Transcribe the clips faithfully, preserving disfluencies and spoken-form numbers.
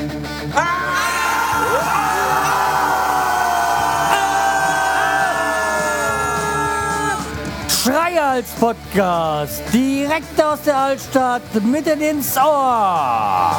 Schreihals Podcast, direkt aus der Altstadt, mitten ins Ohr.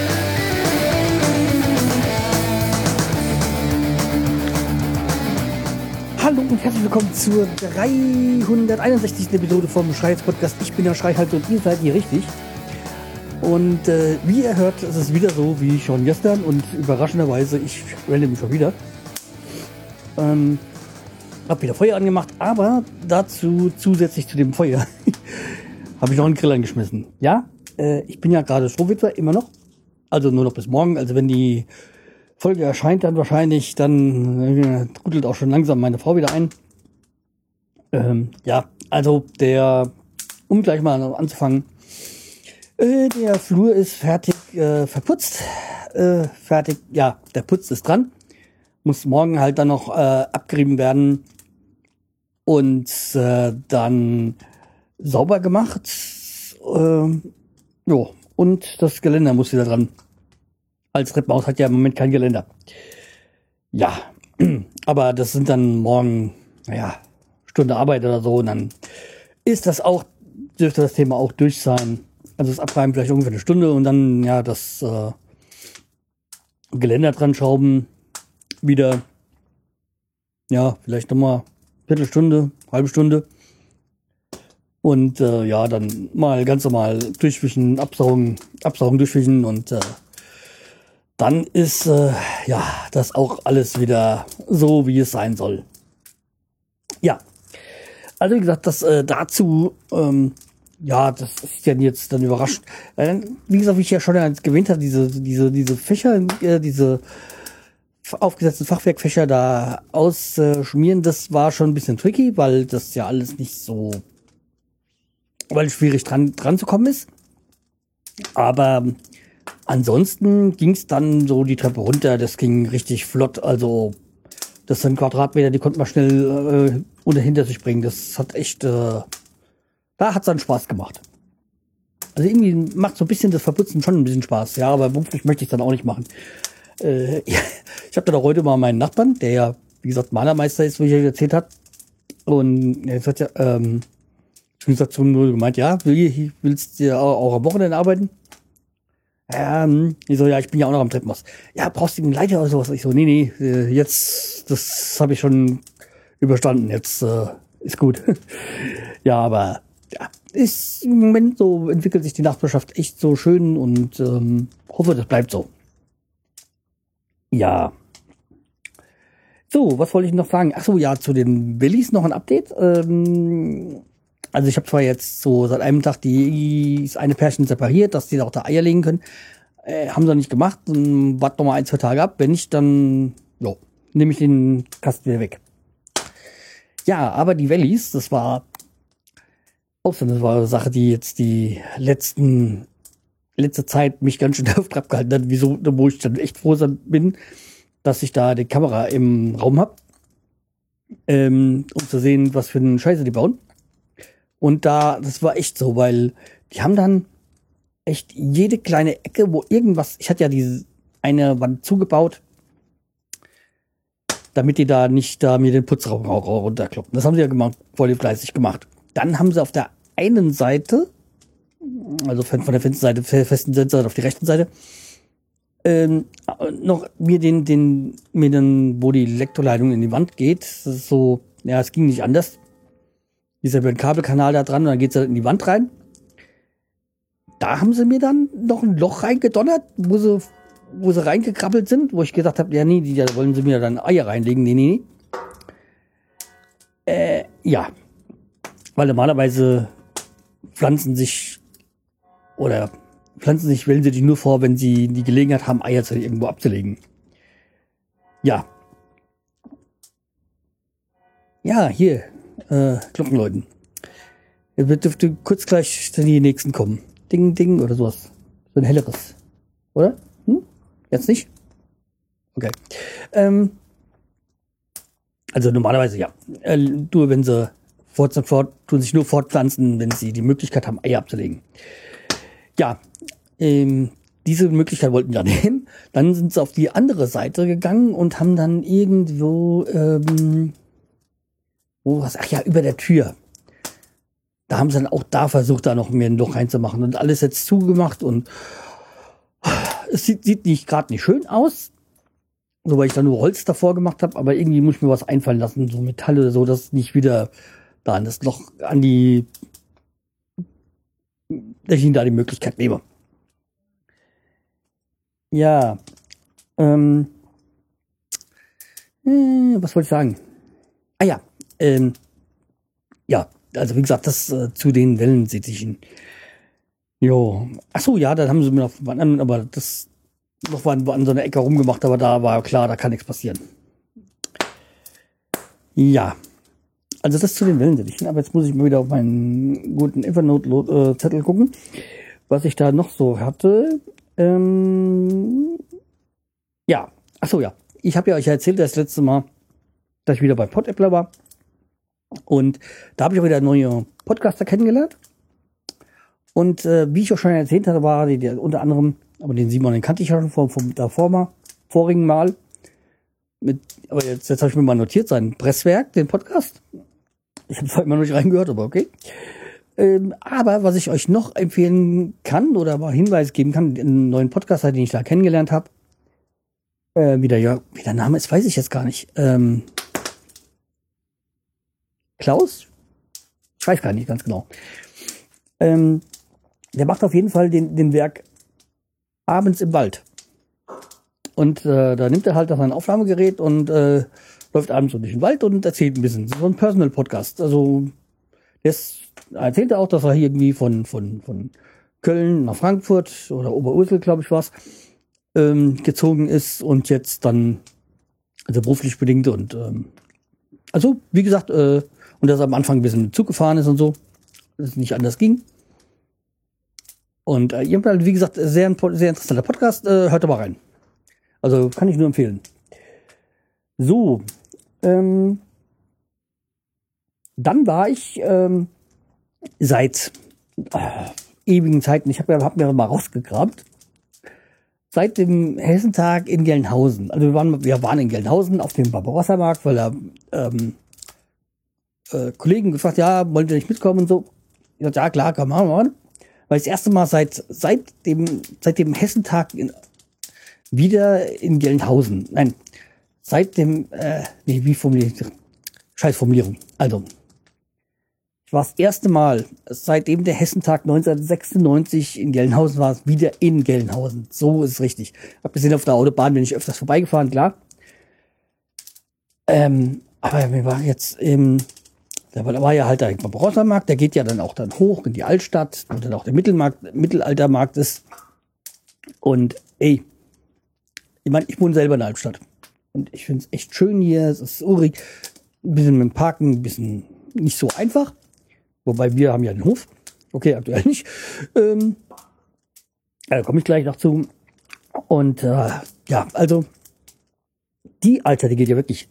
Hallo und herzlich willkommen zur dreihunderteinundsechzigsten Episode vom Schreihals Podcast. Ich bin der Schreihals und ihr seid hier richtig. Und äh, wie ihr hört, ist es wieder so wie schon gestern und überraschenderweise, ich renne mich schon wieder. Ähm, hab wieder Feuer angemacht, aber dazu zusätzlich zu dem Feuer habe ich noch einen Grill angeschmissen. Ja, äh, ich bin ja gerade Strohwitwer, immer noch. Also nur noch bis morgen. Also wenn die Folge erscheint, dann wahrscheinlich, dann äh, rüttelt auch schon langsam meine Frau wieder ein. Ähm, ja, also der, um gleich mal anzufangen, äh, der Flur ist fertig äh, verputzt. Äh, fertig, ja, der Putz ist dran. Muss morgen halt dann noch äh, abgerieben werden und äh, dann sauber gemacht. Äh, jo, und das Geländer muss wieder dran. Als Treppenhaus hat ja im Moment kein Geländer. Ja, aber das sind dann morgen, naja, Stunde Arbeit oder so. Und dann ist das auch, dürfte das Thema auch durch sein. Also das Abreiben vielleicht ungefähr eine Stunde und dann, ja, das äh, Geländer dran schrauben. Wieder, ja, vielleicht nochmal Viertelstunde, halbe Stunde. Und äh, ja, dann mal ganz normal durchwischen, absaugen, absaugen, durchwischen und äh, dann ist äh, ja das auch alles wieder so, wie es sein soll. Ja, also wie gesagt, das äh, dazu, ähm, ja, das ist ja jetzt dann überraschend. Äh, wie gesagt, wie ich ja schon erwähnt habe, diese, diese, diese Fächer, äh, diese aufgesetzten Fachwerkfächer da ausschmieren, das war schon ein bisschen tricky, weil das ja alles nicht so, weil es schwierig dran, dran zu kommen ist. Aber ansonsten ging es dann so die Treppe runter, das ging richtig flott, also das sind Quadratmeter, die konnte man schnell äh, unter hinter sich bringen, das hat echt, äh, da hat es dann Spaß gemacht. Also irgendwie macht so ein bisschen das Verputzen schon ein bisschen Spaß, ja, aber beruflich möchte ich es dann auch nicht machen. Äh, ja, ich habe da heute mal meinen Nachbarn, der ja, wie gesagt, Malermeister ist, wie ich ja erzählt habe. Und jetzt hat ja, ähm, ich gesagt, so nur gemeint, ja, will, willst du auch, auch am Wochenende arbeiten? Ähm, ich so, ja, ich bin ja auch noch am Treppenhaus. Ja, brauchst du einen Leiter oder sowas? Ich so, nee, nee, jetzt, das habe ich schon überstanden, jetzt äh, ist gut. Ja, aber ja, ist im Moment so, entwickelt sich die Nachbarschaft echt so schön und ähm, hoffe, das bleibt so. Ja. So, was wollte ich noch sagen? Ach so, ja, zu den Willis noch ein Update. Ähm, also ich habe zwar jetzt so seit einem Tag die das eine Pärchen separiert, dass die da auch da Eier legen können. Äh, haben sie nicht gemacht. Dann warte noch mal ein, zwei Tage ab. Wenn nicht, dann jo, nehme ich den Kasten wieder weg. Ja, aber die Wellies, das war auch so eine, war eine Sache, die jetzt die letzten letzte Zeit mich ganz schön auf Trab gehalten hat, wieso, wo ich dann echt froh bin, dass ich da die Kamera im Raum habe, ähm, um zu sehen, was für eine Scheiße die bauen. Und da, das war echt so, weil die haben dann echt jede kleine Ecke, wo irgendwas, ich hatte ja diese eine Wand zugebaut, damit die da nicht da mir den Putzraum runterkloppen. Das haben sie ja gemacht, voll fleißig gemacht. Dann haben sie auf der einen Seite, also von der Fensterseite, festen Seite auf die rechten Seite, ähm, noch mir den, den, mir dann, wo die Elektroleitung in die Wand geht, das ist so, ja, es ging nicht anders. Dieser Kabelkanal da dran und dann geht's da in die Wand rein. Da haben sie mir dann noch ein Loch reingedonnert, wo sie, wo sie reingekrabbelt sind, wo ich gesagt habe, ja, nee, die, da wollen sie mir dann Eier reinlegen, nee, nee, nee. Äh, ja. Weil normalerweise pflanzen sich oder pflanzen sich, wählen sie die nur vor, wenn sie die Gelegenheit haben, Eier irgendwo abzulegen. Ja. Ja, hier, äh, Glockenläuten. Jetzt dürfte kurz gleich die nächsten kommen. Ding, Ding oder sowas. So ein helleres. Oder? Hm? Jetzt nicht? Okay. Ähm, also normalerweise ja. Äh, nur wenn sie fort, fort, tun sich nur fortpflanzen, wenn sie die Möglichkeit haben, Eier abzulegen. Ja, ähm, diese Möglichkeit wollten wir nehmen. Dann sind sie auf die andere Seite gegangen und haben dann irgendwo, ähm, wo was, ach ja, über der Tür. Da haben sie dann auch da versucht, da noch mehr ein Loch reinzumachen und alles jetzt zugemacht und es sieht, sieht nicht gerade nicht schön aus, so weil ich da nur Holz davor gemacht habe, aber irgendwie muss ich mir was einfallen lassen, so Metall oder so, dass es nicht wieder da an das Loch, an die, dass ich ihnen da die Möglichkeit nehme. Ja, ähm, äh, was wollte ich sagen? Ah ja, ähm, ja, also wie gesagt, das äh, zu den Wellensittichen. Jo, ach so, ja, dann haben sie mir noch, aber das noch war an so einer Ecke rumgemacht, aber da war klar, da kann nichts passieren. Ja, also das zu den Wellensittichen, aber jetzt muss ich mal wieder auf meinen guten Evernote-Zettel gucken, was ich da noch so hatte. Ähm, ja, ach so, ja, ich habe ja euch erzählt, das letzte Mal, dass ich wieder bei Podappler war und da habe ich auch wieder neue Podcaster kennengelernt. Und äh, wie ich auch schon erzählt hatte, war die, die unter anderem, aber den Simon, den kannte ich ja schon vom, vom davor mal, vorigen Mal. Mit, aber jetzt, jetzt habe ich mir mal notiert, sein Presswerk, den Podcast. Ich habe zwar immer noch nicht reingehört, aber okay. Ähm, aber was ich euch noch empfehlen kann oder mal Hinweis geben kann, einen neuen Podcaster, den ich da kennengelernt habe, äh, wie, der, ja, wie der Name ist, weiß ich jetzt gar nicht. Ähm, Klaus? Ich weiß gar nicht ganz genau. Ähm, Der macht auf jeden Fall den, den Werk abends im Wald. Und äh, da nimmt er halt sein Aufnahmegerät und äh, läuft abends so durch den Wald und erzählt ein bisschen. So ein Personal-Podcast. Also der erzählt er auch, dass er hier irgendwie von, von, von Köln nach Frankfurt oder Oberursel, glaube ich, war's, ähm, gezogen ist und jetzt dann, also beruflich bedingt und ähm, also, wie gesagt, äh, und dass er am Anfang ein bisschen mit Zug gefahren ist und so, dass es nicht anders ging. Und äh, ihr habt halt, wie gesagt, sehr, sehr interessanter Podcast. Äh, hört da mal rein. Also kann ich nur empfehlen. So. Ähm, dann war ich ähm, seit äh, ewigen Zeiten, ich habe ja, hab mir mal rausgekramt, seit dem Hessentag in Gelnhausen. Also wir waren, wir waren in Gelnhausen auf dem Barbarossa-Markt, weil da ähm, äh, Kollegen gefragt, ja, wollt ihr nicht mitkommen und so. Ich sagte, ja klar, kann man machen. Weil ich das erste Mal seit, seit dem, seit dem Hessentag in, wieder in Gelnhausen, nein, seit dem, äh, nee, wie formuliert, scheiß Formulierung. Also, ich war das erste Mal, seitdem der Hessentag neunzehnhundertsechsundneunzig in Gelnhausen war, wieder in Gelnhausen. So ist es richtig. Hab gesehen, auf der Autobahn bin ich öfters vorbeigefahren, klar. Ähm, aber wir waren jetzt im, da war ja halt der Barbarossa-Markt, der geht ja dann auch dann hoch in die Altstadt, wo dann auch der Mittelmarkt, Mittelaltermarkt ist. Und ey, ich meine, ich wohne selber in der Altstadt. Und ich finde es echt schön hier, es ist urig, ein bisschen mit dem Parken, ein bisschen nicht so einfach. Wobei wir haben ja einen Hof. Okay, aktuell nicht. Ähm, da komme ich gleich noch zu. Und äh, ja, also die Altstadt, die geht ja wirklich,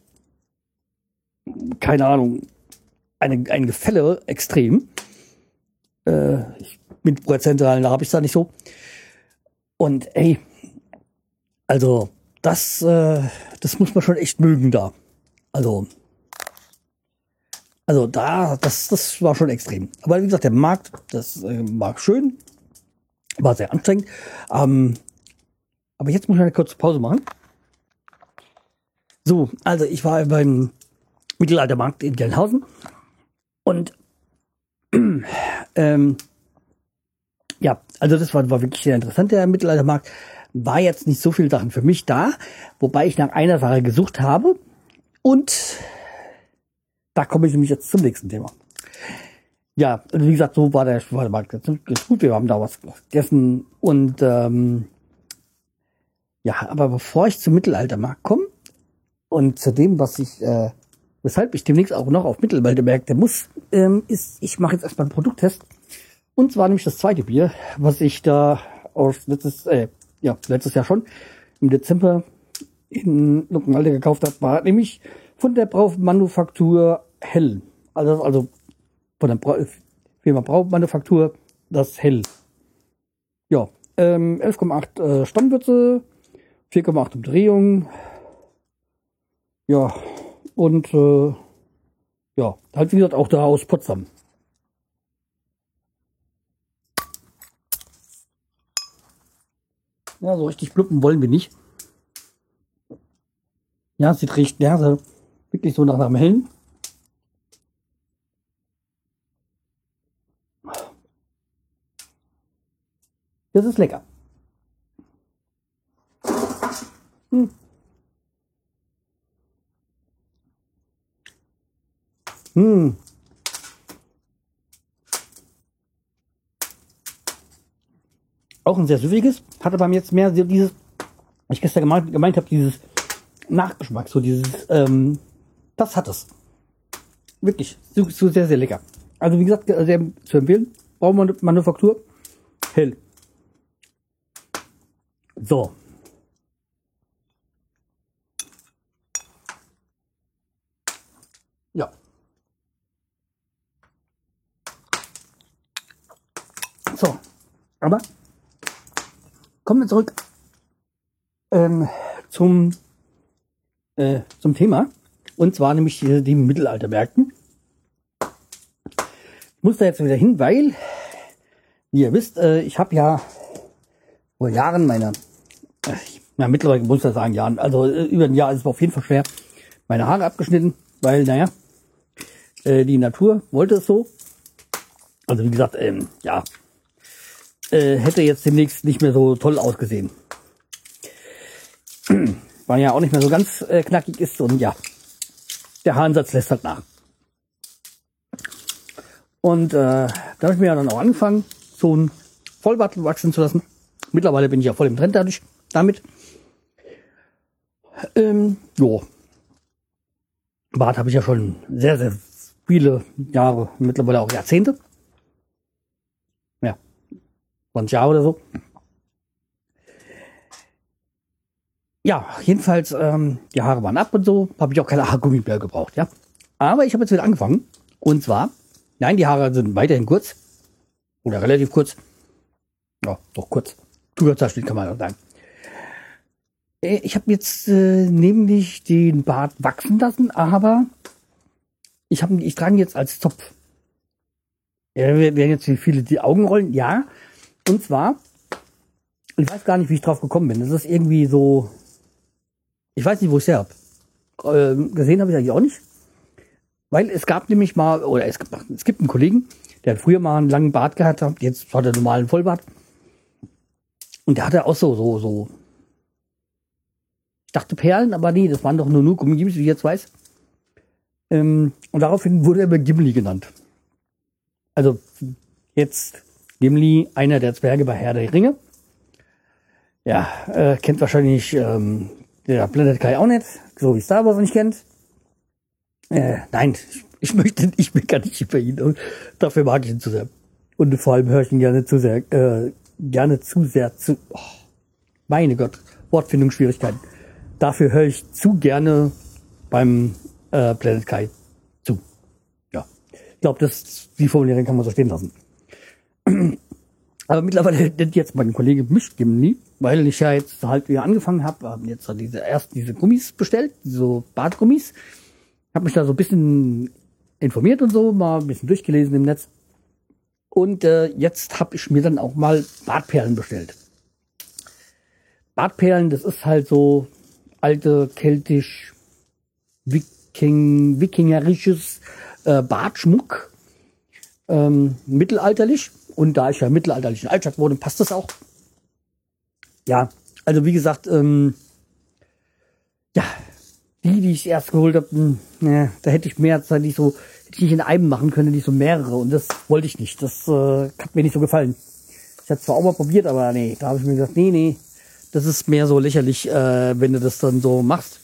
keine Ahnung, eine, ein Gefälle extrem. Äh, ich, mit Prozentzahlen, da habe ich es da nicht so. Und ey, also das, äh, das muss man schon echt mögen da. Also, also da, das, das war schon extrem. Aber wie gesagt, der Markt, das äh, war schön, war sehr anstrengend. Ähm, aber jetzt muss ich eine kurze Pause machen. So, also ich war beim Mittelaltermarkt in Gelnhausen. Und ähm, ja, also das war, war wirklich sehr interessant, der Mittelaltermarkt. War jetzt nicht so viele Sachen für mich da, wobei ich nach einer Sache gesucht habe. Und da komme ich nämlich jetzt zum nächsten Thema. Ja, also wie gesagt, so war der, war der Markt ganz gut. Wir haben da was gegessen. Und ähm, ja, aber bevor ich zum Mittelaltermarkt komme und zu dem, was ich... Äh, weshalb ich demnächst auch noch auf Mittelaltermärkte muss, ähm, ist, ich mache jetzt erstmal einen Produkttest. Und zwar nämlich das zweite Bier, was ich da aus letztes, äh, ja, letztes Jahr schon im Dezember in Luckenwalde gekauft habe, war nämlich von der Braumanufaktur Hell. Also, also von der Bra Firma Braumanufaktur das Hell. Ja, Ähm, elf Komma acht äh, Stammwürze, vier Komma acht Umdrehung. Ja, und äh, ja, halt wie gesagt auch da aus Potsdam. Ja, so richtig bluppen wollen wir nicht. Ja, sie riecht ja, so, wirklich so nach einem hellen. Das ist lecker. Hm. Hm. Auch ein sehr süffiges, hatte bei mir jetzt mehr dieses, ich gestern gemeint, gemeint habe, dieses Nachgeschmack, so dieses, ähm, das hat es. Wirklich, so, so sehr, sehr lecker. Also wie gesagt, sehr zu empfehlen. Baumanufaktur, hell. So. Ja. So. Aber kommen wir zurück ähm, zum, äh, zum Thema. Und zwar nämlich äh, die Mittelaltermärkten. Ich muss da jetzt wieder hin, weil, wie ihr wisst, äh, ich habe ja vor Jahren meine, äh, ja mittlerweile muss ich ja sagen Jahren, also äh, über ein Jahr ist es auf jeden Fall schwer, meine Haare abgeschnitten, weil, naja, äh, die Natur wollte es so. Also wie gesagt, ähm, ja, äh, hätte jetzt demnächst nicht mehr so toll ausgesehen. Weil ja auch nicht mehr so ganz äh, knackig ist und ja, der Haaransatz lässt halt nach. Und äh, da habe ich mir ja dann auch angefangen, so ein Vollbart wachsen zu lassen. Mittlerweile bin ich ja voll im Trend dadurch, damit. Ähm, jo. Bart habe ich ja schon sehr, sehr viele Jahre, mittlerweile auch Jahrzehnte. Ja, zwanzig Jahre oder so. Ja, jedenfalls, ähm, die Haare waren ab und so, habe ich auch keine Haargummi mehr gebraucht, ja. Aber ich habe jetzt wieder angefangen. Und zwar, nein, die Haare sind weiterhin kurz. Oder relativ kurz. Ja, doch kurz. Zusatzschnitt kann man auch sagen. Äh, ich habe jetzt äh, nämlich den Bart wachsen lassen, aber ich, hab, ich trage ihn jetzt als Zopf. Ja, wir werden jetzt viele die Augen rollen, ja. Und zwar, ich weiß gar nicht, wie ich drauf gekommen bin. Das ist irgendwie so, ich weiß nicht, wo ich es her habe. Äh, gesehen habe ich eigentlich auch nicht. Weil es gab nämlich mal, oder es gibt, es gibt einen Kollegen, der hat früher mal einen langen Bart gehabt, jetzt hat er einen normalen Vollbart. Und der hatte auch so, so, so, ich dachte Perlen, aber nee, das waren doch nur nur Gummis, wie ich jetzt weiß. Ähm, und daraufhin wurde er immer Gimli genannt. Also jetzt Gimli, einer der Zwerge bei Herr der Ringe. Ja, äh, kennt wahrscheinlich ähm, der Planet Kai auch nicht, so wie Star Wars nicht kennt. Äh, nein, ich, ich möchte nicht meckern nicht über ihn. Und dafür mag ich ihn zu sehr. Und vor allem höre ich ihn gerne zu sehr, äh, gerne zu sehr zu. Oh, meine Gott, Wortfindungsschwierigkeiten. Dafür höre ich zu gerne beim äh, Planet Kai zu. Ja, ich glaube, das die Formulierung kann man so stehen lassen. Aber mittlerweile nennt jetzt mein Kollege mich Gimli, weil ich ja jetzt halt wieder angefangen habe, haben jetzt diese erst diese Gummis bestellt, so Bartgummis. Habe mich da so ein bisschen informiert und so, mal ein bisschen durchgelesen im Netz. Und äh, jetzt habe ich mir dann auch mal Bartperlen bestellt. Bartperlen, das ist halt so alte, keltisch, Viking, wikingerisches äh, Bartschmuck. Ähm, mittelalterlich. Und da ich ja mittelalterlichen Altstadt wohne, passt das auch. Ja, also wie gesagt, ähm, ja, die, die ich erst geholt habe, ja, da hätte ich mehr Zeit nicht so, hätte ich nicht in einem machen können, nicht so mehrere. Und das wollte ich nicht. Das äh, hat mir nicht so gefallen. Ich hatte zwar auch mal probiert, aber nee, da habe ich mir gesagt, nee, nee, das ist mehr so lächerlich, äh, wenn du das dann so machst.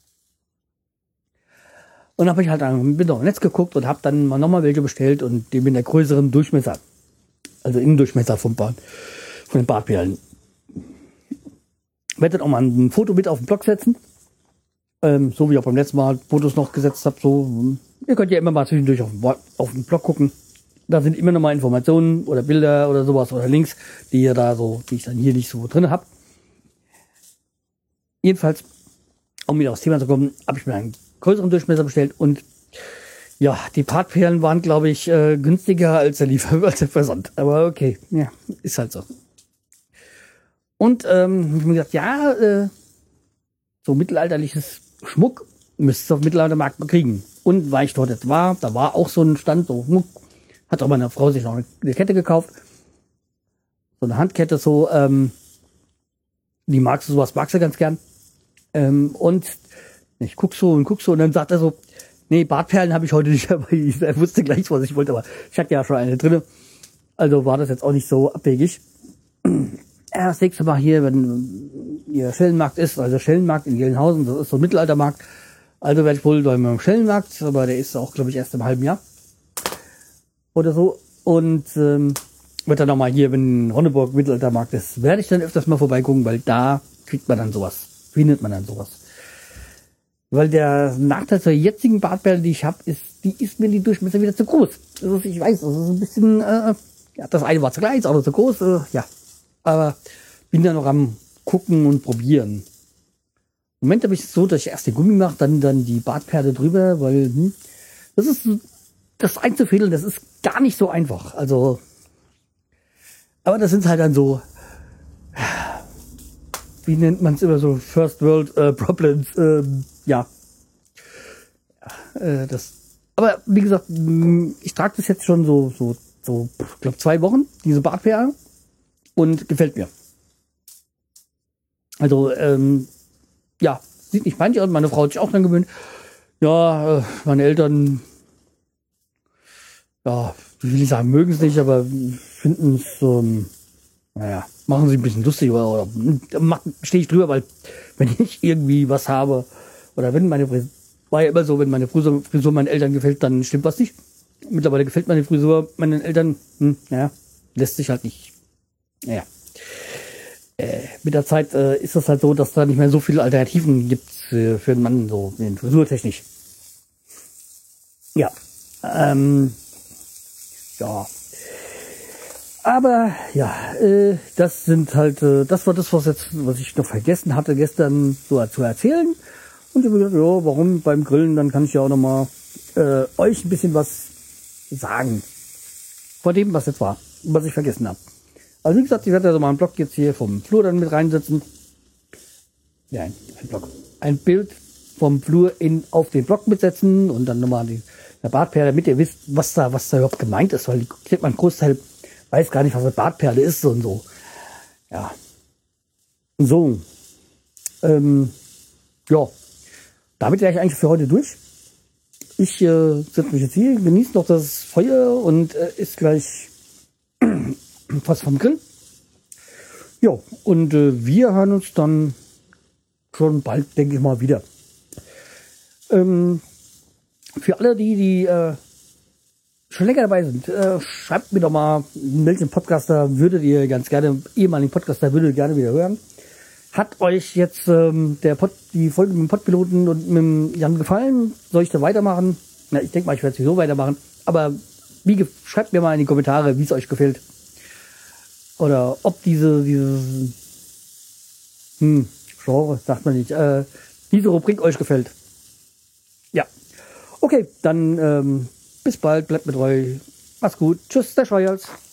Und dann habe ich halt bin auf dem Netz geguckt und habe dann mal nochmal welche bestellt und die mit der größeren Durchmesser. Also Innendurchmesser vom Bart, von den Bartperlen. Ich werde dann auch mal ein Foto mit auf den Blog setzen. Ähm, so wie ich auch beim letzten Mal Fotos noch gesetzt habe. So, ihr könnt ja immer mal zwischendurch auf den, auf den Blog gucken. Da sind immer noch mal Informationen oder Bilder oder sowas oder Links, die ihr da so, die ich dann hier nicht so drin habe. Jedenfalls, um wieder aufs Thema zu kommen, habe ich mir einen größeren Durchmesser bestellt und ja, die Partperlen waren, glaube ich, äh, günstiger als der Liefer, als der Versand. Aber okay, ja, ist halt so. Und ähm, hab ich mir gedacht, ja, äh, so mittelalterliches Schmuck müsste es auf dem Mittelaltermarkt mal kriegen. Und weil ich dort jetzt war, da war auch so ein Stand, so Schmuck, hat auch meine Frau sich noch eine Kette gekauft. So eine Handkette, so, ähm, die magst du, sowas magst du ganz gern. Ähm, und ich guck so und guck so und dann sagt er so, nee, Bartperlen habe ich heute nicht, aber er wusste gleich, was ich wollte, aber ich hatte ja schon eine drinne. Also war das jetzt auch nicht so abwegig. Ja, das nächste Mal hier, wenn ihr Schellenmarkt ist, also Schellenmarkt in Gelnhausen, das ist so ein Mittelaltermarkt. Also werde ich wohl beim Schellenmarkt, aber der ist auch, glaube ich, erst im halben Jahr. Oder so. Und ähm, wird dann nochmal hier, wenn Ronneburg Mittelaltermarkt ist, werde ich dann öfters mal vorbeigucken, weil da kriegt man dann sowas. Findet man dann sowas. Weil der Nachteil zur jetzigen Bartperle, die ich habe, ist, die ist mir die Durchmesser wieder zu groß. Das ist, ich weiß, das ist ein bisschen, äh, ja, das eine war zu klein, das andere zu groß, äh, ja. Aber bin da noch am gucken und probieren. Im Moment habe ich es so, dass ich erst den Gummi mache, dann, dann die Bartperle drüber, weil, hm, das ist, das einzufädeln, das ist gar nicht so einfach. Also, aber das sind halt dann so, wie nennt man es immer so, First World äh, Problems, ähm, ja. ja äh, das, aber wie gesagt, ich trage das jetzt schon so, so, so, ich glaube zwei Wochen, diese Bartperle, und gefällt mir. Also, ähm, ja, sieht nicht peinlich aus, meine Frau hat sich auch dran gewöhnt. Ja, äh, meine Eltern, ja, wie will ich sagen, mögen es nicht, aber finden es, ähm, naja, machen sie ein bisschen lustig oder, oder stehe ich drüber, weil wenn ich irgendwie was habe oder wenn meine Frisur, war ja immer so, wenn meine Frisur, Frisur meinen Eltern gefällt, dann stimmt was nicht. Mittlerweile gefällt meine Frisur meinen Eltern, hm, naja, lässt sich halt nicht, naja. Äh, mit der Zeit äh, ist es halt so, dass da nicht mehr so viele Alternativen gibt äh, für einen Mann, so in frisurtechnisch. Ja, ähm, ja. Aber ja, äh, das sind halt, äh, das war das, was jetzt, was ich noch vergessen hatte, gestern so zu erzählen. Und ich habe gedacht, ja, warum beim Grillen, dann kann ich ja auch noch mal äh, euch ein bisschen was sagen von dem, was jetzt war, was ich vergessen habe. Also wie gesagt, ich werde also mal einen Blog jetzt hier vom Flur dann mit reinsetzen. Ja, ein, ein Blog. Ein Bild vom Flur in, auf den Blog mitsetzen und dann nochmal die der Bartperle, damit ihr wisst, was da, was da überhaupt gemeint ist, weil die, man Großteil weiß gar nicht, was eine Bartperle ist und so. Ja. So. Ähm, ja. Damit wäre ich eigentlich für heute durch. Ich äh, setze mich jetzt hier, genieße noch das Feuer und äh, ist gleich was vom Grill. Ja, und äh, wir hören uns dann schon bald, denke ich mal, wieder. Ähm, für alle, die, die äh, schon länger dabei sind, äh, schreibt mir doch mal, welchen Podcaster würdet ihr ganz gerne, ehemaligen Podcaster würdet ihr gerne wieder hören. Hat euch jetzt ähm, der Pod, die Folge mit dem Podpiloten und mit dem Jan gefallen? Soll ich da weitermachen? Na, ich denke mal, ich werde sowieso weitermachen. Aber wie, schreibt mir mal in die Kommentare, wie es euch gefällt. Oder ob diese, diese, hm, Genre, sagt man nicht, äh, diese Rubrik euch gefällt. Ja. Okay, dann ähm, bis bald, bleibt mit treu. Macht's gut. Tschüss, der Scheuerz.